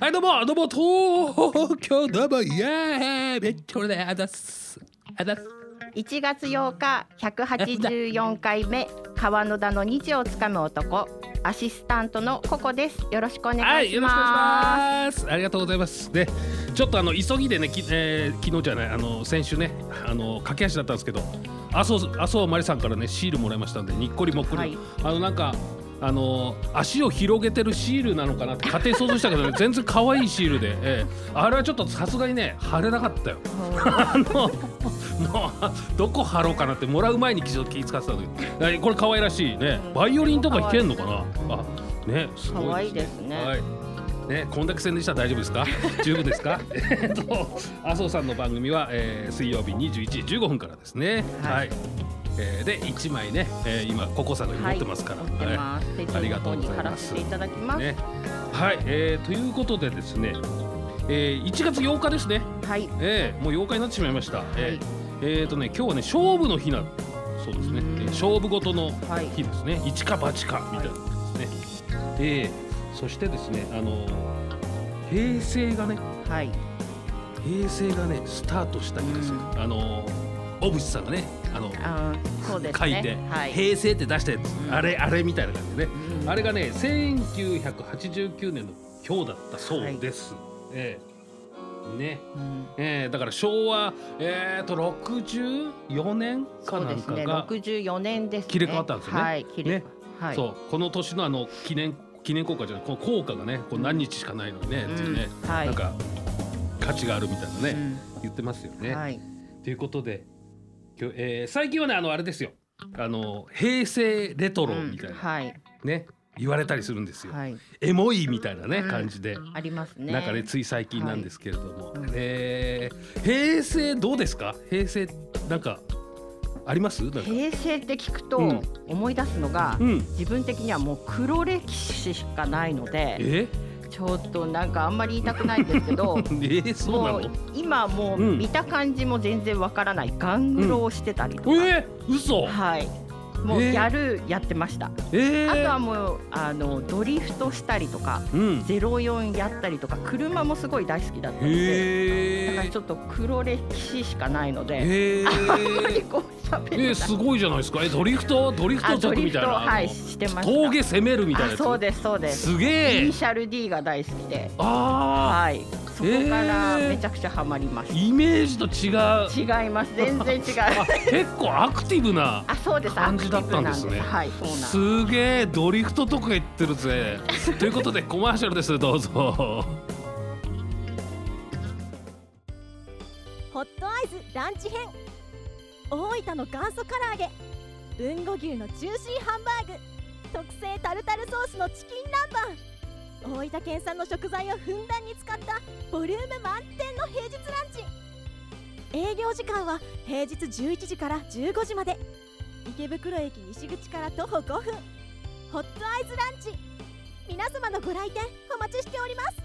はいどうも東京どうもイエーイめっちゃ俺ねあざっす 1月8日184回目川野田の日をつかむ男アシスタントのココです。よろしくお願いします。 はい、よろしくお願いします。ありがとうございますね。ちょっと急ぎでね、昨日じゃない先週ね駆け足だったんですけど麻生まりさんからねシールもらいましたんでにっこりもっこり、はい、なんか足を広げてるシールなのかなって勝手に想像したけど、ね、全然可愛いシールで、あれはちょっとさすがにね貼れなかったよもうどこ貼ろうかなってもらう前に気使ってたんだけどこれ可愛らしいね。バイオリンとか弾けんのかな。あねすごい可愛いですね。 はいね、こんだけ宣伝したら大丈夫ですか十分ですか麻生さんの番組は、水曜日21時15分からですね。はい、で1枚ね、今ココさんが持ってますから、 持ってます。 ありがとうございます。 貼らせていただきます、 ね、はい、ということでですね、1月8日ですね。はい、もう8日になってしまいました。今日はね勝負の日なそうですね。勝負事の日ですね。一か八かみたいなですね。そしてですね平成がね、スタートした日ですよ。小渕さんがねそうですね、 書いて、平成って出したやつ、あれみたいな感じでね、あれがね1989年の今日だったそうです。ね、だから昭和64年かなんかが 64年ですね。 切り替わったんですよね。そうこの年の記念硬貨じゃない、この硬貨がねこう何日しかないのにね、なんか価値があるみたいなね、言ってますよね。ということで今日、最近はねあれですよ、平成レトロみたいな、ね言われたりするんですよ。エモいみたいなね、感じでありますね。 なんかねつい最近なんですけれども、平成どうですか？平成なんかあります？ 平成って聞くと思い出すのが、自分的にはもう黒歴史しかないので、ちょっとなんかあんまり言いたくないんですけどそうなの？ 今もう見た感じも全然わからないガングロをしてたりとか、 嘘？ はいもうギャルやってました。あとはもうドリフトしたりとか、04やったりとか、車もすごい大好きだったので、だからちょっと黒歴史しかないので、あんまりこう喋れない。 すごいじゃないですか。ドリフト族みたいな、 してました。 峠攻めるみたいなやつ。 そうですそうです。 すげえ。 イニシャル D が大好きで、そこからめちゃくちゃハマりました。 イメージと違います。全然違う結構アクティブな感じだったんですね。すげえ、ドリフトとか言ってるぜということでコマーシャルです。どうぞ。 ホットアイズランチ編、大分の元祖唐揚げ、豊後牛のジューシーハンバーグ、特製タルタルソースのチキン南蛮、大分県産の食材をふんだんに使ったボリューム満点の平日ランチ。営業時間は平日11時から15時まで。池袋駅西口から徒歩5分。ホットアイズランチ、皆様のご来店お待ちしております。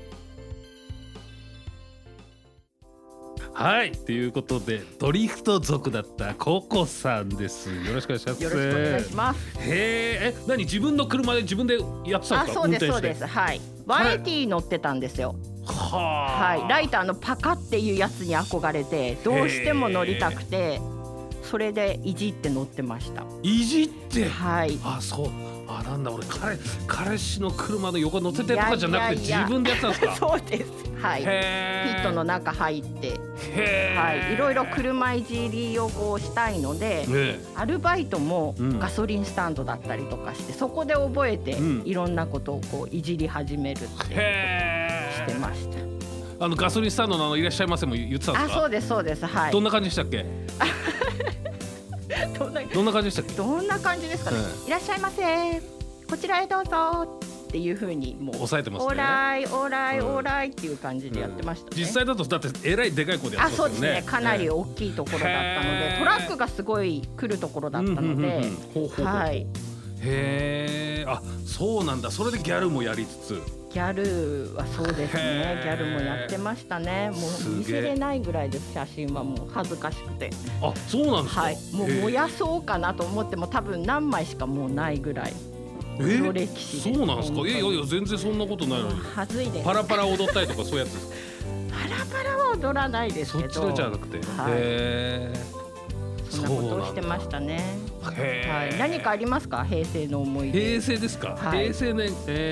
はい、ということでドリフト族だったココさんです。よろしくお願いします。 よろしくお願いします。 何自分の車で自分でやってたんですか？ そうですそうです。はい、ワエティ乗ってたんですよ。ライターのパカっていうやつに憧れてどうしても乗りたくて、それでいじって乗ってました。 いじって？そう。なんだ俺彼氏の車の横乗せてとかじゃなくて自分でやってたんですか？ そうです。はい。ピットの中入って、いろいろ車いじりをこうしたいので、アルバイトもガソリンスタンドだったりとかして、そこで覚えていろんなことをこういじり始めるってしてました。 ガソリンスタンドのいらっしゃいませも言ってたんですか？ そうですそうです。はい。 どんな感じでしたっけ？どんな感じでしたっけ？ どんな感じですかね。いらっしゃいませ、こちらへどうぞっていう風にもう抑えてますね。 オーライオーライオーライっていう感じでやってましたね。 実際だとだってえらいでかい声でやってますよね。 そうですね。かなり大きいところだったので、トラックがすごい来るところだったので、はい。 そうなんだ。それでギャルもやりつつ。 ギャルはそうですね。ギャルもやってましたね。もう見せれないぐらいです。写真はもう恥ずかしくて。 そうなんですか。 もう燃やそうかなと思っても多分何枚しかもうないぐらい。 黒歴史です。 そうなんですか。いや全然そんなことないのに。 はずいです。 パラパラ踊ったりとかそういうやつですか。 パラパラは踊らないですけど。 そっちじゃなくて。 そんなことをしてましたね。はい。何かありますか、平成の思い出。 平成ですか。平成ね、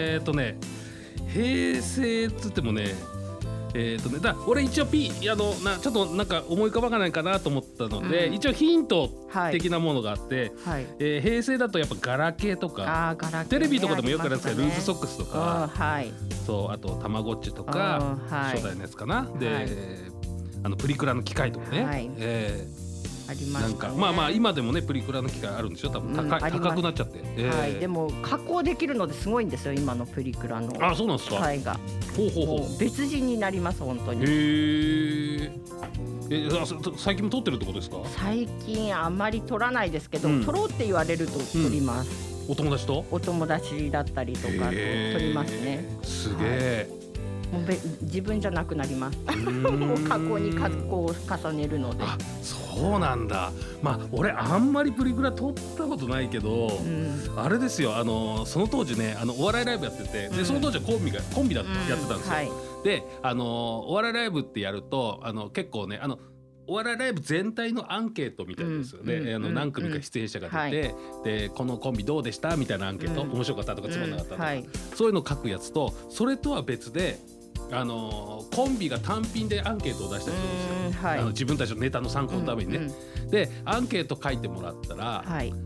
平成っつってもね。だ俺一応ちょっとなんか思い浮かばないかなと思ったので、一応ヒント的なものがあって、平成だとやっぱガラケーとかテレビとかでもよくあるんですけど、ルーズソックスとか、そうあとたまごっちとか初代のやつかな、でプリクラの機械とかね、 ありましたね。 なんかまあ今でもねプリクラの機械あるんでしょ、多分高くなっちゃって、 でも加工できるのですごいんですよ、今のプリクラの機械が。別人になります本当に。 最近も撮ってるってことですか。 最近あんまり撮らないですけど、撮ろうって言われると撮ります。 お友達だったりとかと撮りますね。 すげえ。 もう自分じゃなくなります。もう加工に加工を重ねるので。 あ、そうなんだ。まあ俺あんまりプリクラ撮ったことないけど、あれですよ、その当時ねお笑いライブやってて、でその当時はコンビだやってたんですよ。でお笑いライブってやると結構ねお笑いライブ全体のアンケートみたいですよね。何組か出演者が出て、でこのコンビどうでしたみたいなアンケート、面白かったとかつまんなかったとか、そういうのを書くやつと、それとは別でコンビが単品でアンケートを出したりするんですよ。自分たちのネタの参考のためにね。でアンケート書いてもらったら、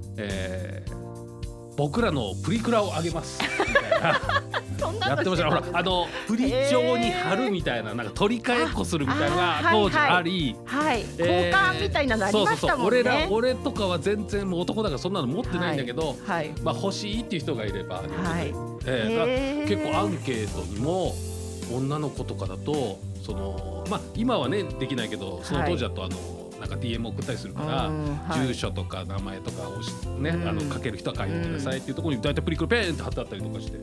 僕らのプリクラをあげますみたいなやってました。ほらプリ帳に貼るみたいな、なんか取り替えっこするみたいなのが当時あり、 交換みたいなのありましたもんね。 俺とかは全然もう男だからそんなの持ってないんだけど、まあ欲しいっていう人がいれば、結構アンケートにも女の子とかだとまあ今はねできないけど、その当時だとなんか DM 送ったりするから、住所とか名前とかをね書ける人は書いてくださいっていうところに大体プリクラペーンって貼ってあったりとかして、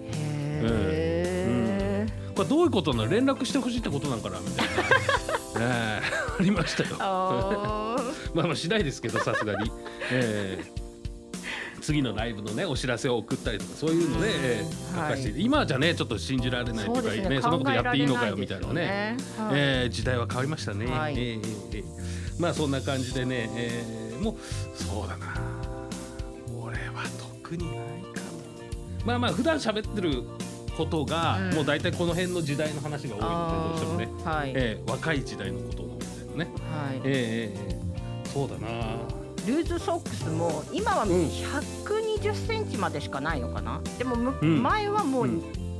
これどういうことなの、連絡してほしいってことなんかなみたいなありましたよ。まあしないですけど、さすがに。次のライブのねお知らせを送ったりとか、そういうので書かせて、今じゃねちょっと信じられないというかね、そんなことやっていいのかよみたいなね、時代は変わりましたね。まあそんな感じでね、もうそうだな、俺は特にないかな。まあ普段喋ってることが、もう大体この辺の時代の話が多いので、どうしてもね、若い時代のことみたいなね。そうだな。 ルーズソックスも今は120センチまでしかないのかな。でも前はもう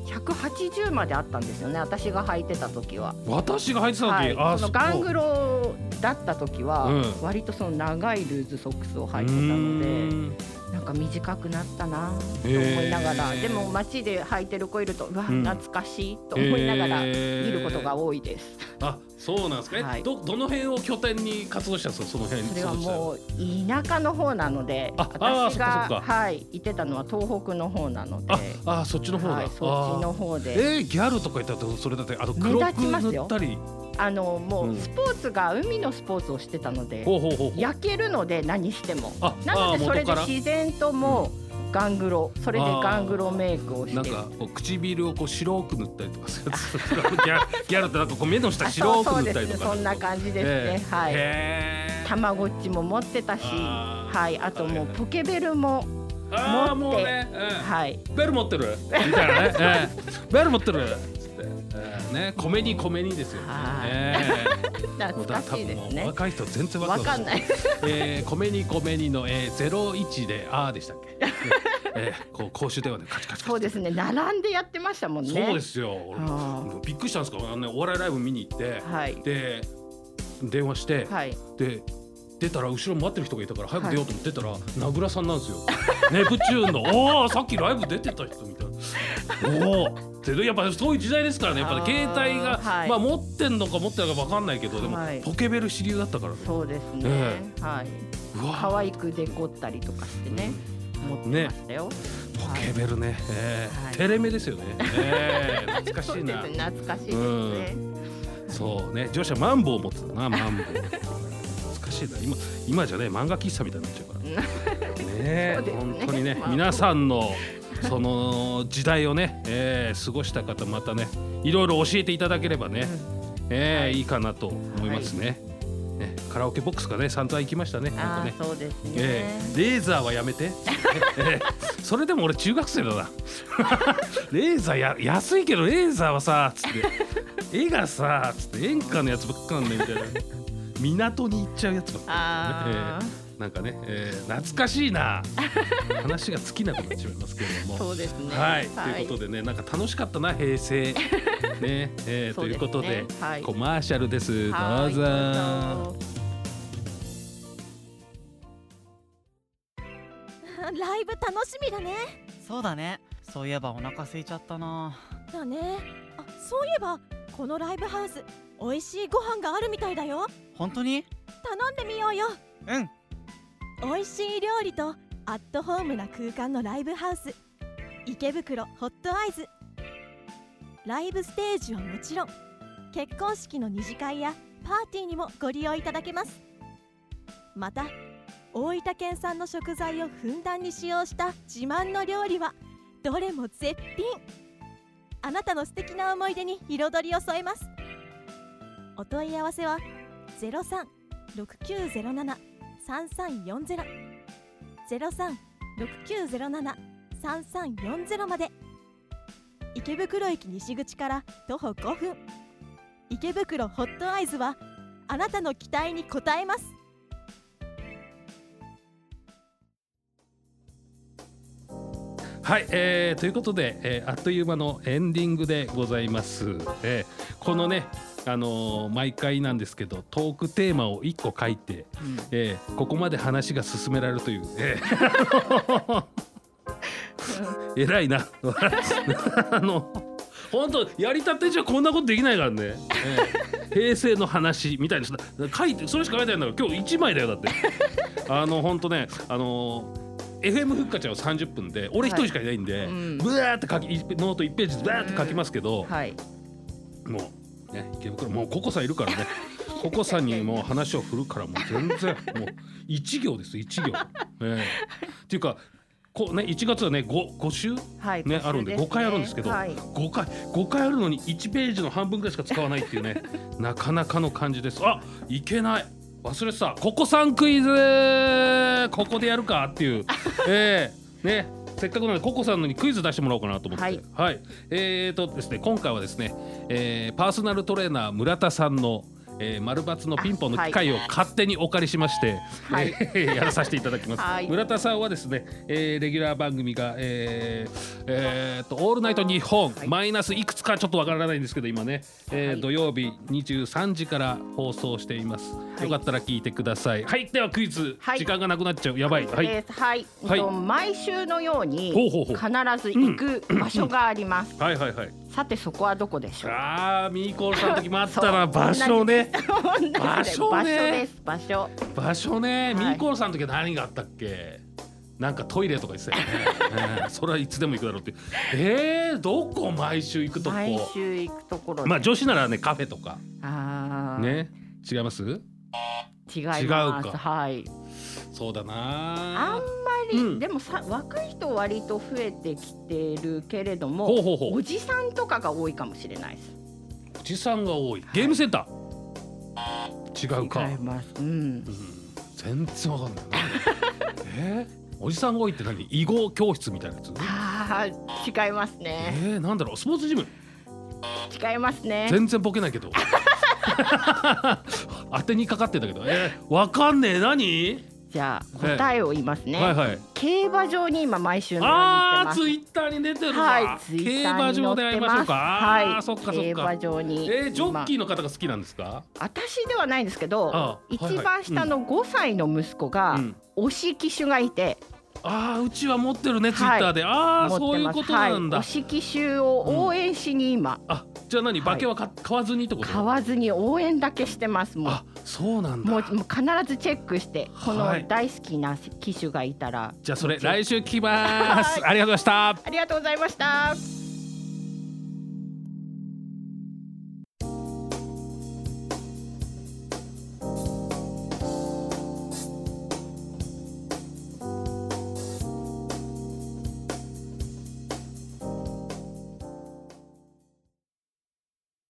180まであったんですよね、私が履いてた時は。 私が履いてた時、 そのガングロだった時は割とその長いルーズソックスを履いてたので、なんか短くなったなと思いながら、でも街で履いてる子いると、うわ懐かしいと思いながら見ることが多いです。 あ、そうなんですか。どの辺を拠点に活動したんですか、その辺に。 それはもう田舎の方なので、私がいてたのは東北の方なので。 そっちの方だ。 そっちの方で。 ギャルとかいたらそれだって黒く塗ったり。もうスポーツが海のスポーツをしてたので、焼けるので何しても。なのでそれで自然ともうガングロ、それでガングロメイクをして、なんか唇を白く塗ったりとかするやつギャルってなんか目の下白く塗ったりとか。 そんな感じですね。たまごっちも持ってたし、あともうポケベルも持って、 ベル持ってるみたいなね。ベル持ってるね、米にですよね。 懐かしいですね。 若い人全然わかんない。米にの01ででしたっけ。公衆電話でカチカチ。 そうですね、並んでやってましたもんね。 そうですよ。びっくりしたんですか。お笑いライブ見に行って、で電話して、で出たら後ろ待ってる人がいたから早く出ようと思ってたら、名倉さんなんですよ。ネプチューンのさっきライブ出てた人みたいな。やっぱそういう時代ですからね。やっぱ携帯がまあ持ってんのか持ってないか分かんないけど、でもポケベル主流だったからね。 そうですね。可愛くデコったりとかしてね、持ってましたよ。 ポケベルね、テレメですよね。懐かしいな。 懐かしいですね。 そうね、女子はマンボウ持ってたな、マンボウ。懐かしいな。今じゃね漫画喫茶みたいになっちゃうからね。本当にね、皆さんのその時代をね、過ごした方またねいろいろ教えていただければね、いいかなと思いますね。カラオケボックスがね散々行きましたね。なんかね、 そうですね、 レーザーはやめてそれでも俺中学生だなレーザー安いけどレーザーはさつって絵がさつって演歌のやつばっかなんだよみたいな港に行っちゃうやつばっかり、なんかね、懐かしいな話が尽きなくなっちまいますけれどもそうですね、 はい、ということでねなんか楽しかったな平成ね、ということで、コマーシャルです。どうぞ。 ライブ楽しみだね。 そうだね。そういえばお腹空いちゃったな。 だね。そういえばこのライブハウス美味しいご飯があるみたいだよ。 本当に？ 頼んでみようよ。 うん。 美味しい料理とアットホームな空間のライブハウス、池袋ホットアイズ。ライブステージはもちろん、結婚式の二次会やパーティーにもご利用いただけます。また大分県産の食材をふんだんに使用した自慢の料理はどれも絶品。あなたの素敵な思い出に彩りを添えます。お問い合わせは 03-6907-3340 03-6907-3340 まで。池袋駅西口から徒歩5分。池袋ホットアイズはあなたの期待に応えます。 はい、ということで、あっという間のエンディングでございます。このね、毎回なんですけどトークテーマを1個書いて、ここまで話が進められるという、偉いな本当やりたてじゃこんなことできないからね、平成の話みたいな書いてそれしか書いてないんだから今日1枚だよだって本当ねFM ふっかちゃんは30分で俺一人しかいないんで、ブワーってノート1ページでブワーって書きますけど、もうね池袋もうココさんいるからねココさんにもう話を振るからもう全然もう1行です1行、っていうか1月はね 5週、ねあるんで5回あるんですけど、5回あるのに1ページの半分くらいしか使わないっていうねなかなかの感じです。いけない忘れてたココさんクイズここでやるかっていうねせっかくなのでココさんのにクイズ出してもらおうかなと思って、ですね今回はですね、パーソナルトレーナー村田さんの丸抜のピンポンの機械を勝手にお借りしまして、やらさせていただきます。村田さんはですね、レギュラー番組が、オールナイトニッポン、マイナスいくつかちょっとわからないんですけど今ね、土曜日23時から放送しています。よかったら聞いてください。ではクイズ、時間がなくなっちゃう。やばい。 毎週のように必ず行く場所があります。さてそこはどこでしょう。 ミーコールさんの時もあったな場所ね。場所ね。場所ね。ミーコールさんの時は何があったっけ。なんかトイレとか言ってたよね。それはいつでも行くだろうって。どこ毎週行くとこ。 毎週行くところ。 まあ女子ならねカフェとか。ね。違います？ 違います。そうだな。あんまり、でも若い人割と増えてきてるけれども、おじさんとかが多いかもしれないです。 おじさんが多い。ゲームセンター。違うか。 違います。 全然わかんないな。おじさんが多いって何？囲碁教室みたいなやつ？ 違いますね。 なんだろう、スポーツジム？ 違いますね。 全然ボケないけど。当てにかかってんだけど、わかんねえ。何？ じゃあ答えを言いますね。競馬場に今毎週のように行ってます。 ツイッターに出てるわ。競馬場で会いましょうか。そっかそっか。 競馬場に。 ジョッキーの方が好きなんですか？ 私ではないんですけど、一番下の5歳の息子が推し騎手がいて。 うちは持ってるねツイッターで。そういうことなんだ。 推し騎手を応援しに今。 じゃあ何、馬券は買わずにってこと？ 買わずに応援だけしてます。もうそうなんだ。 もう必ずチェックしてこの大好きな騎手がいたら。 じゃあそれ来週来ます。ありがとうございました。 ありがとうございました。